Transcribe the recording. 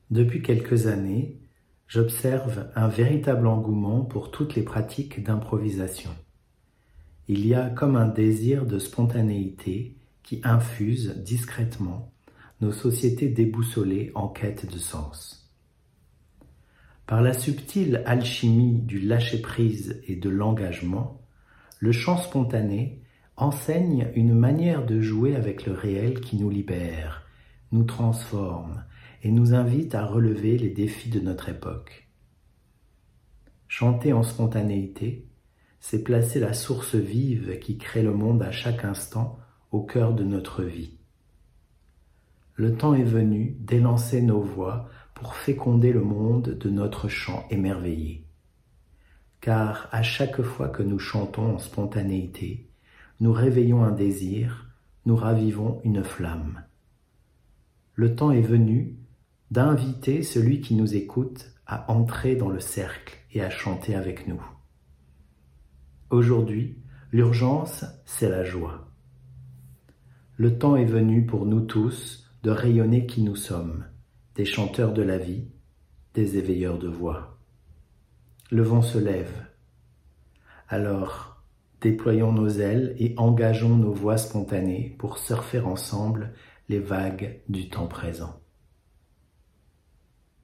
Depuis quelques années, j'observe un véritable engouement pour toutes les pratiques d'improvisation. Il y a comme un désir de spontanéité qui infuse discrètement nos sociétés déboussolées en quête de sens. Par la subtile alchimie du lâcher-prise et de l'engagement, le chant spontané enseigne une manière de jouer avec le réel qui nous libère, nous transforme et nous invite à relever les défis de notre époque. Chanter en spontanéité, c'est placer la source vive qui crée le monde à chaque instant au cœur de notre vie. Le temps est venu d'élancer nos voix pour féconder le monde de notre chant émerveillé. Car à chaque fois que nous chantons en spontanéité, nous réveillons un désir, nous ravivons une flamme. Le temps est venu d'inviter celui qui nous écoute à entrer dans le cercle et à chanter avec nous. Aujourd'hui, l'urgence, c'est la joie. Le temps est venu pour nous tous de rayonner qui nous sommes, des chanteurs de la vie, des éveilleurs de voix. Le vent se lève. Alors, déployons nos ailes et engageons nos voix spontanées pour surfer ensemble les vagues du temps présent.